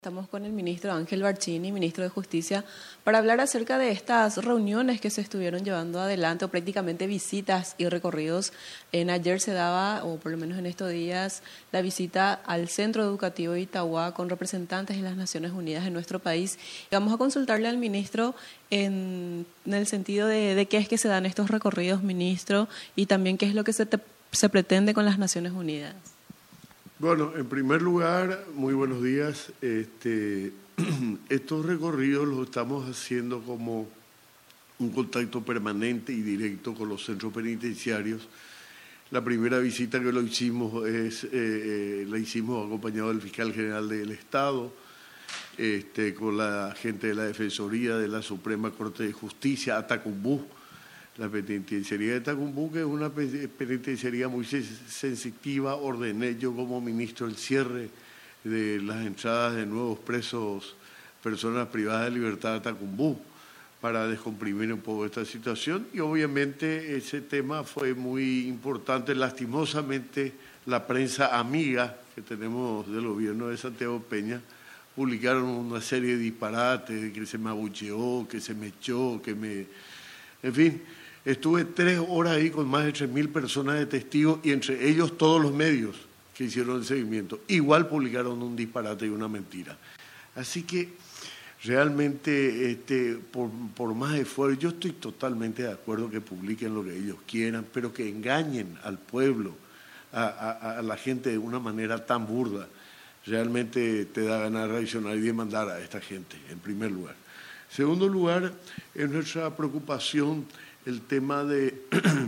Estamos con el ministro Ángel Barcini, ministro de Justicia, para hablar acerca de estas reuniones que se estuvieron llevando adelante, o prácticamente visitas y recorridos. Ayer se daba, o por lo menos en estos días, la visita al Centro Educativo de Itauguá con representantes de las Naciones Unidas en nuestro país. Y vamos a consultarle al ministro en el sentido de qué es que se dan estos recorridos, ministro, y también qué es lo que se pretende con las Naciones Unidas. Bueno, en primer lugar, muy buenos días. Estos recorridos los estamos haciendo como un contacto permanente y directo con los centros penitenciarios. La primera visita que la hicimos acompañado del fiscal general del Estado, con la gente de la Defensoría de la Suprema Corte de Justicia, a Tacumbú. La penitenciaría de Tacumbú, que es una penitenciaría muy sensitiva. Ordené yo como ministro el cierre de las entradas de nuevos presos, personas privadas de libertad a Tacumbú, para descomprimir un poco esta situación. Y obviamente ese tema fue muy importante. Lastimosamente, la prensa amiga que tenemos del gobierno de Santiago Peña publicaron una serie de disparates, que se me abucheó, que se me echó, En fin, estuve 3 horas ahí con más de 3.000 personas de testigos y entre ellos todos los medios que hicieron el seguimiento. Igual publicaron un disparate y una mentira. Así que realmente por más esfuerzo, yo estoy totalmente de acuerdo que publiquen lo que ellos quieran, pero que engañen al pueblo, a la gente de una manera tan burda. Realmente te da ganas de reaccionar y demandar a esta gente, en primer lugar. En segundo lugar, es nuestra preocupación el tema de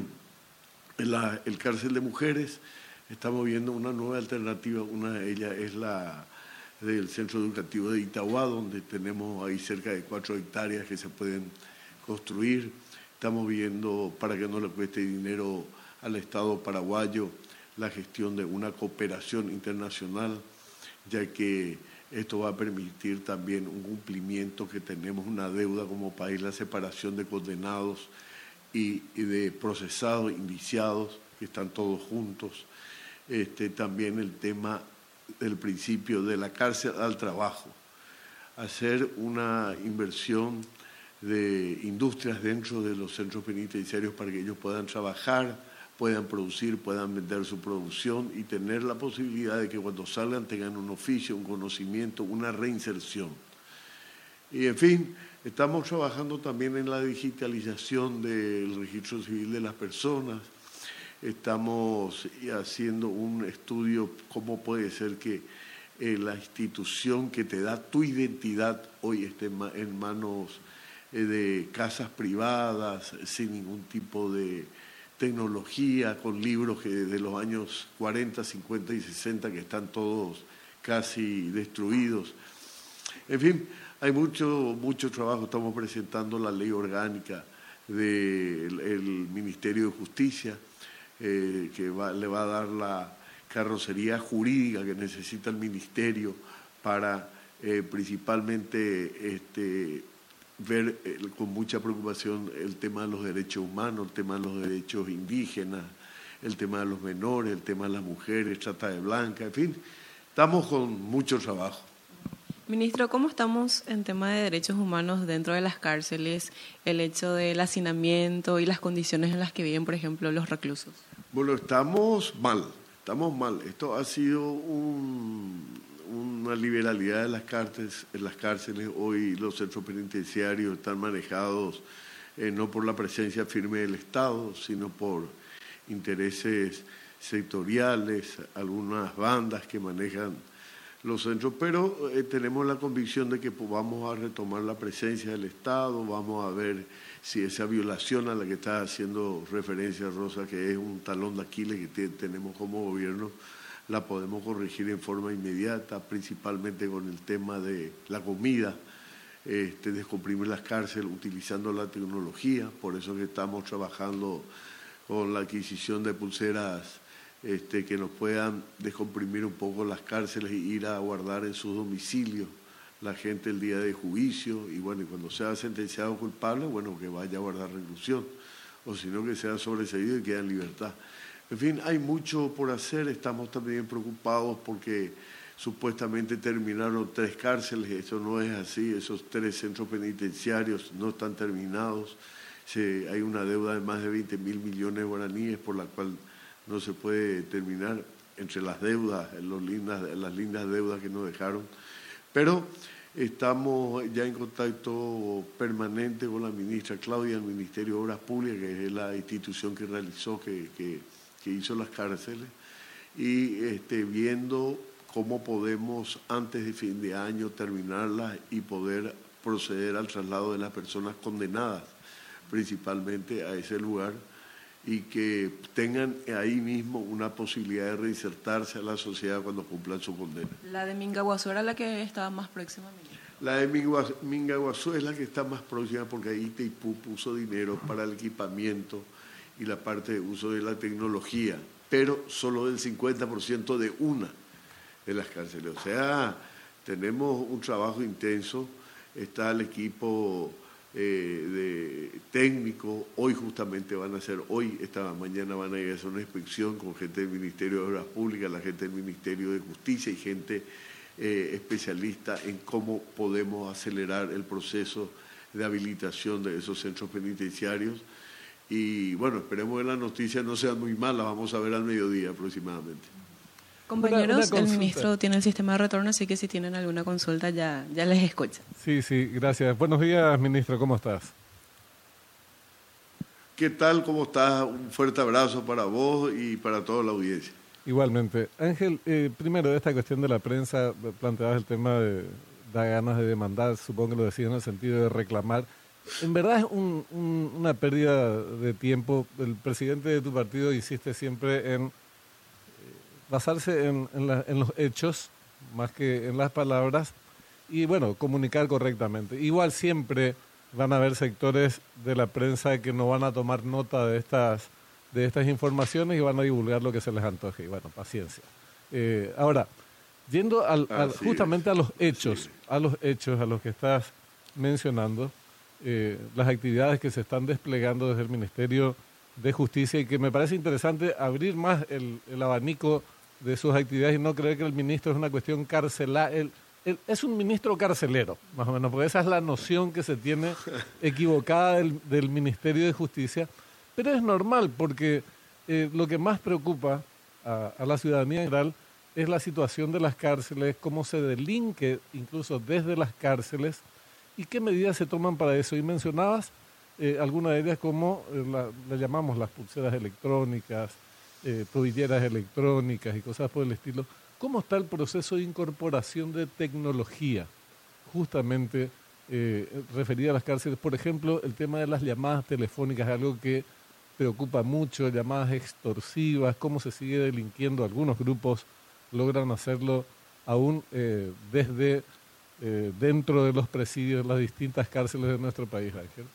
el cárcel de mujeres. Estamos viendo una nueva alternativa, una de ellas es la del Centro Educativo de Itauguá, donde tenemos ahí cerca de 4 hectáreas que se pueden construir. Estamos viendo, para que no le cueste dinero al Estado paraguayo, la gestión de una cooperación internacional, ya que esto va a permitir también un cumplimiento que tenemos, una deuda como país, la separación de condenados y de procesados, indiciados, que están todos juntos. También el tema del principio de la cárcel al trabajo. Hacer una inversión de industrias dentro de los centros penitenciarios para que ellos puedan trabajar, puedan producir, puedan vender su producción y tener la posibilidad de que cuando salgan tengan un oficio, un conocimiento, una reinserción. Y en fin, estamos trabajando también en la digitalización del registro civil de las personas. Estamos haciendo un estudio cómo puede ser que la institución que te da tu identidad hoy esté en manos de casas privadas, sin ningún tipo de tecnología, con libros de los años 40, 50 y 60 que están todos casi destruidos. En fin, hay mucho trabajo. Estamos presentando la ley orgánica del Ministerio de Justicia, que le va a dar la carrocería jurídica que necesita el Ministerio para principalmente ver con mucha preocupación el tema de los derechos humanos, el tema de los derechos indígenas, el tema de los menores, el tema de las mujeres, trata de blancas, en fin, estamos con mucho trabajo. Ministro, ¿cómo estamos en tema de derechos humanos dentro de las cárceles, el hecho del hacinamiento y las condiciones en las que viven, por ejemplo, los reclusos? Bueno, estamos mal. Esto ha sido una liberalidad de las cárceles. Hoy los centros penitenciarios están manejados no por la presencia firme del Estado, sino por intereses sectoriales, algunas bandas que manejan los centros, pero tenemos la convicción de que vamos a retomar la presencia del Estado, vamos a ver si esa violación a la que está haciendo referencia Rosa, que es un talón de Aquiles que tenemos como gobierno, la podemos corregir en forma inmediata, principalmente con el tema de la comida, descomprimir las cárceles utilizando la tecnología. Por eso que estamos trabajando con la adquisición de pulseras que nos puedan descomprimir un poco las cárceles e ir a guardar en sus domicilios la gente el día de juicio, y bueno, y cuando sea sentenciado culpable, bueno, que vaya a guardar reclusión, o sino que sea sobreseído y quede en libertad. En fin, hay mucho por hacer. Estamos también preocupados porque supuestamente terminaron 3 cárceles, eso no es así, esos 3 centros penitenciarios no están terminados, hay una deuda de más de 20.000 millones de guaraníes por la cual no se puede terminar, entre las deudas, las lindas deudas que nos dejaron, pero estamos ya en contacto permanente con la ministra Claudia, el Ministerio de Obras Públicas, que es la institución que realizó, que hizo las cárceles, y viendo cómo podemos antes de fin de año terminarlas y poder proceder al traslado de las personas condenadas, principalmente a ese lugar, y que tengan ahí mismo una posibilidad de reinsertarse a la sociedad cuando cumplan su condena. La de Mingaguazú era la que estaba más próxima, ministro. La de Mingaguazú es la que está más próxima porque ahí Itaipú puso dinero para el equipamiento y la parte de uso de la tecnología, pero solo del 50% de una de las cárceles. O sea, tenemos un trabajo intenso, está el equipo de técnico, mañana van a ir a hacer una inspección con gente del Ministerio de Obras Públicas, la gente del Ministerio de Justicia y gente especialista en cómo podemos acelerar el proceso de habilitación de esos centros penitenciarios. Y bueno, esperemos que las noticias no sean muy malas, vamos a ver al mediodía aproximadamente. Compañeros, el ministro tiene el sistema de retorno, así que si tienen alguna consulta ya les escuchan. Sí, gracias. Buenos días, ministro, ¿cómo estás? ¿Qué tal? ¿Cómo estás? Un fuerte abrazo para vos y para toda la audiencia. Igualmente. Ángel, primero de esta cuestión de la prensa, planteabas el tema de da ganas de demandar, supongo que lo decías en el sentido de reclamar. En verdad es una pérdida de tiempo. El presidente de tu partido insiste siempre en basarse en los hechos más que en las palabras y, bueno, comunicar correctamente. Igual siempre van a haber sectores de la prensa que no van a tomar nota de estas informaciones y van a divulgar lo que se les antoje. Y, bueno, paciencia. Ahora, yendo justamente a los hechos, a los que estás mencionando, las actividades que se están desplegando desde el Ministerio de Justicia y que me parece interesante abrir más el abanico de sus actividades y no creer que el ministro es una cuestión carcelar. Él es un ministro carcelero, más o menos, porque esa es la noción que se tiene equivocada del Ministerio de Justicia. Pero es normal, porque lo que más preocupa a la ciudadanía en general es la situación de las cárceles, cómo se delinque incluso desde las cárceles y qué medidas se toman para eso. Y mencionabas algunas de ellas como le llamamos las pulseras electrónicas, tobilleras electrónicas y cosas por el estilo. ¿Cómo está el proceso de incorporación de tecnología justamente referida a las cárceles? Por ejemplo, el tema de las llamadas telefónicas es algo que preocupa mucho, llamadas extorsivas, cómo se sigue delinquiendo. Algunos grupos logran hacerlo aún desde dentro de los presidios de las distintas cárceles de nuestro país, Ángel.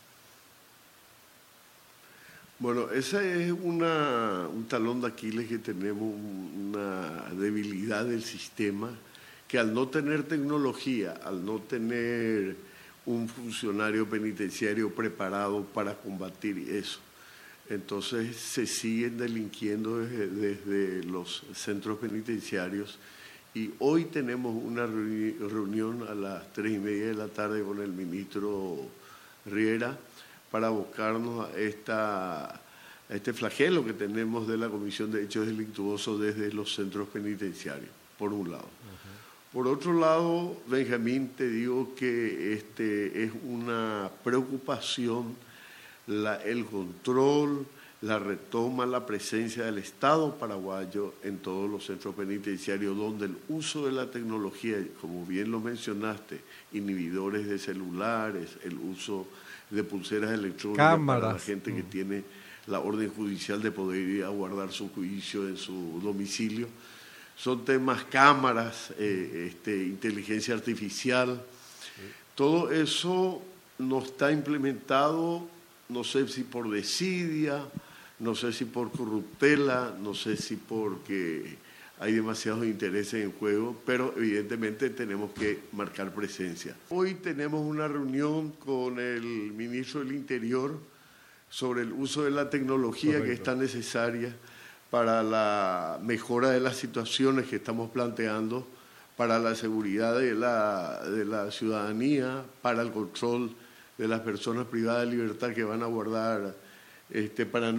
Bueno, ese es un talón de Aquiles que tenemos, una debilidad del sistema, que al no tener tecnología, al no tener un funcionario penitenciario preparado para combatir eso, entonces se siguen delinquiendo desde los centros penitenciarios. Y hoy tenemos una reunión a las 3:30 de la tarde con el ministro Riera para buscarnos a este flagelo que tenemos de la Comisión de Hechos Delictuosos desde los centros penitenciarios, por un lado. Por otro lado, Benjamín, te digo que es una preocupación el control, la retoma, la presencia del Estado paraguayo en todos los centros penitenciarios, donde el uso de la tecnología, como bien lo mencionaste, inhibidores de celulares, el uso de pulseras electrónicas, cámaras, para la gente que tiene la orden judicial de poder ir a guardar su juicio en su domicilio. Son temas, cámaras, inteligencia artificial. Todo eso no está implementado, no sé si por desidia, no sé si por corruptela, no sé si porque hay demasiados intereses en juego, pero evidentemente tenemos que marcar presencia. Hoy tenemos una reunión con el ministro del Interior sobre el uso de la tecnología. Correcto. Que es tan necesaria para la mejora de las situaciones que estamos planteando para la seguridad de la ciudadanía, para el control de las personas privadas de libertad que van a guardar, para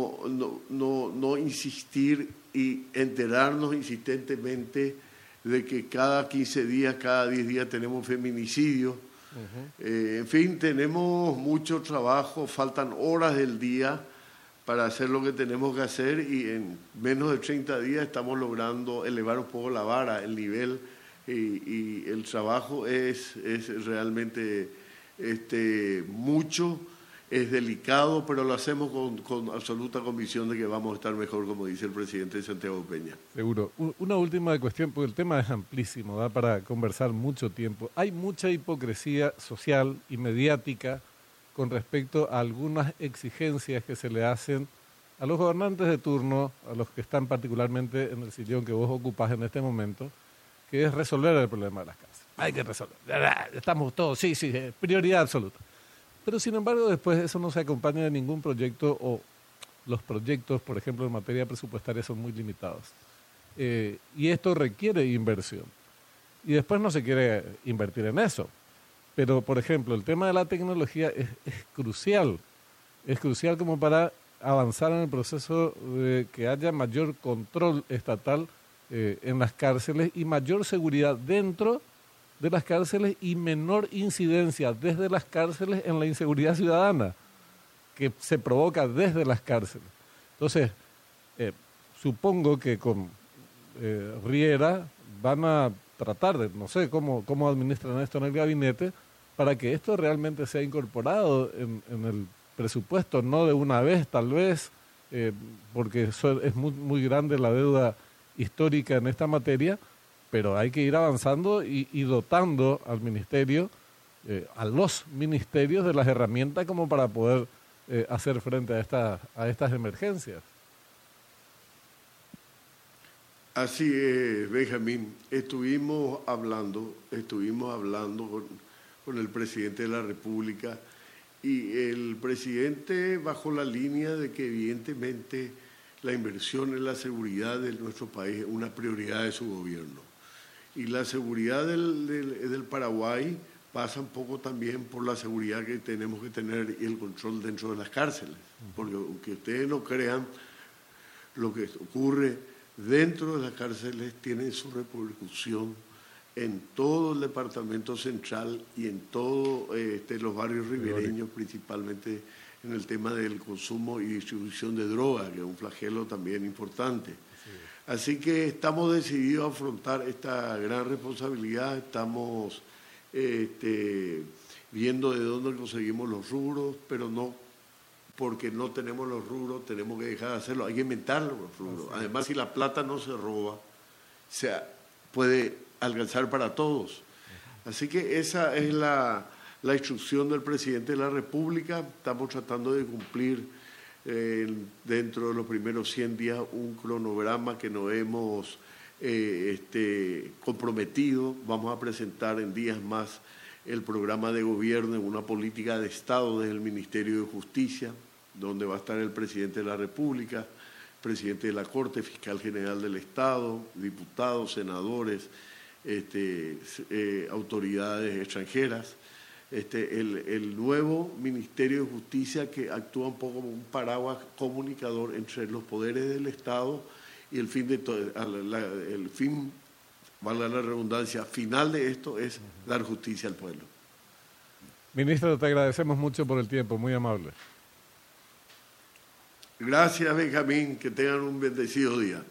no insistir y enterarnos insistentemente de que cada 15 días, cada 10 días tenemos feminicidio. En fin, tenemos mucho trabajo, faltan horas del día para hacer lo que tenemos que hacer y en menos de 30 días estamos logrando elevar un poco la vara, el nivel y el trabajo es realmente mucho, es delicado, pero lo hacemos con absoluta convicción de que vamos a estar mejor, como dice el presidente Santiago Peña. Seguro. Una última cuestión, porque el tema es amplísimo, da para conversar mucho tiempo. Hay mucha hipocresía social y mediática con respecto a algunas exigencias que se le hacen a los gobernantes de turno, a los que están particularmente en el sillón que vos ocupás en este momento, que es resolver el problema de las casas. Hay que resolver. Estamos todos, sí, prioridad absoluta. Pero sin embargo después eso no se acompaña de ningún proyecto o los proyectos, por ejemplo, en materia presupuestaria son muy limitados. Y esto requiere inversión. Y después no se quiere invertir en eso. Pero, por ejemplo, el tema de la tecnología es crucial. Es crucial como para avanzar en el proceso de que haya mayor control estatal en las cárceles y mayor seguridad dentro de las cárceles y menor incidencia desde las cárceles en la inseguridad ciudadana que se provoca desde las cárceles. Entonces, supongo que con Riera van a tratar de, no sé cómo administran esto en el gabinete, para que esto realmente sea incorporado en el presupuesto, no de una vez tal vez, porque es muy grande la deuda histórica en esta materia, pero hay que ir avanzando y dotando al ministerio, a los ministerios de las herramientas como para poder hacer frente a estas emergencias. Así es, Benjamín. Estuvimos hablando con el presidente de la República y el presidente bajó la línea de que evidentemente la inversión en la seguridad de nuestro país es una prioridad de su gobierno. Y la seguridad del Paraguay pasa un poco también por la seguridad que tenemos que tener y el control dentro de las cárceles. Porque aunque ustedes no crean, lo que ocurre dentro de las cárceles tiene su repercusión en todo el departamento central y en todos los barrios ribereños, principalmente en el tema del consumo y distribución de drogas, que es un flagelo también importante. Así que estamos decididos a afrontar esta gran responsabilidad, estamos viendo de dónde conseguimos los rubros, pero no porque no tenemos los rubros tenemos que dejar de hacerlo, hay que inventar los rubros. Además, si la plata no se roba, se puede alcanzar para todos. Así que esa es la instrucción del presidente de la República. Estamos tratando de cumplir dentro de los primeros 100 días un cronograma que nos hemos comprometido. Vamos a presentar en días más el programa de gobierno en una política de Estado desde el Ministerio de Justicia, donde va a estar el presidente de la República, presidente de la Corte, fiscal general del Estado, diputados, senadores, autoridades extranjeras, el nuevo Ministerio de Justicia que actúa un poco como un paraguas comunicador entre los poderes del Estado y el fin, valga la redundancia, final de esto es dar justicia al pueblo. Ministro, te agradecemos mucho por el tiempo, muy amable. Gracias, Benjamín, que tengan un bendecido día.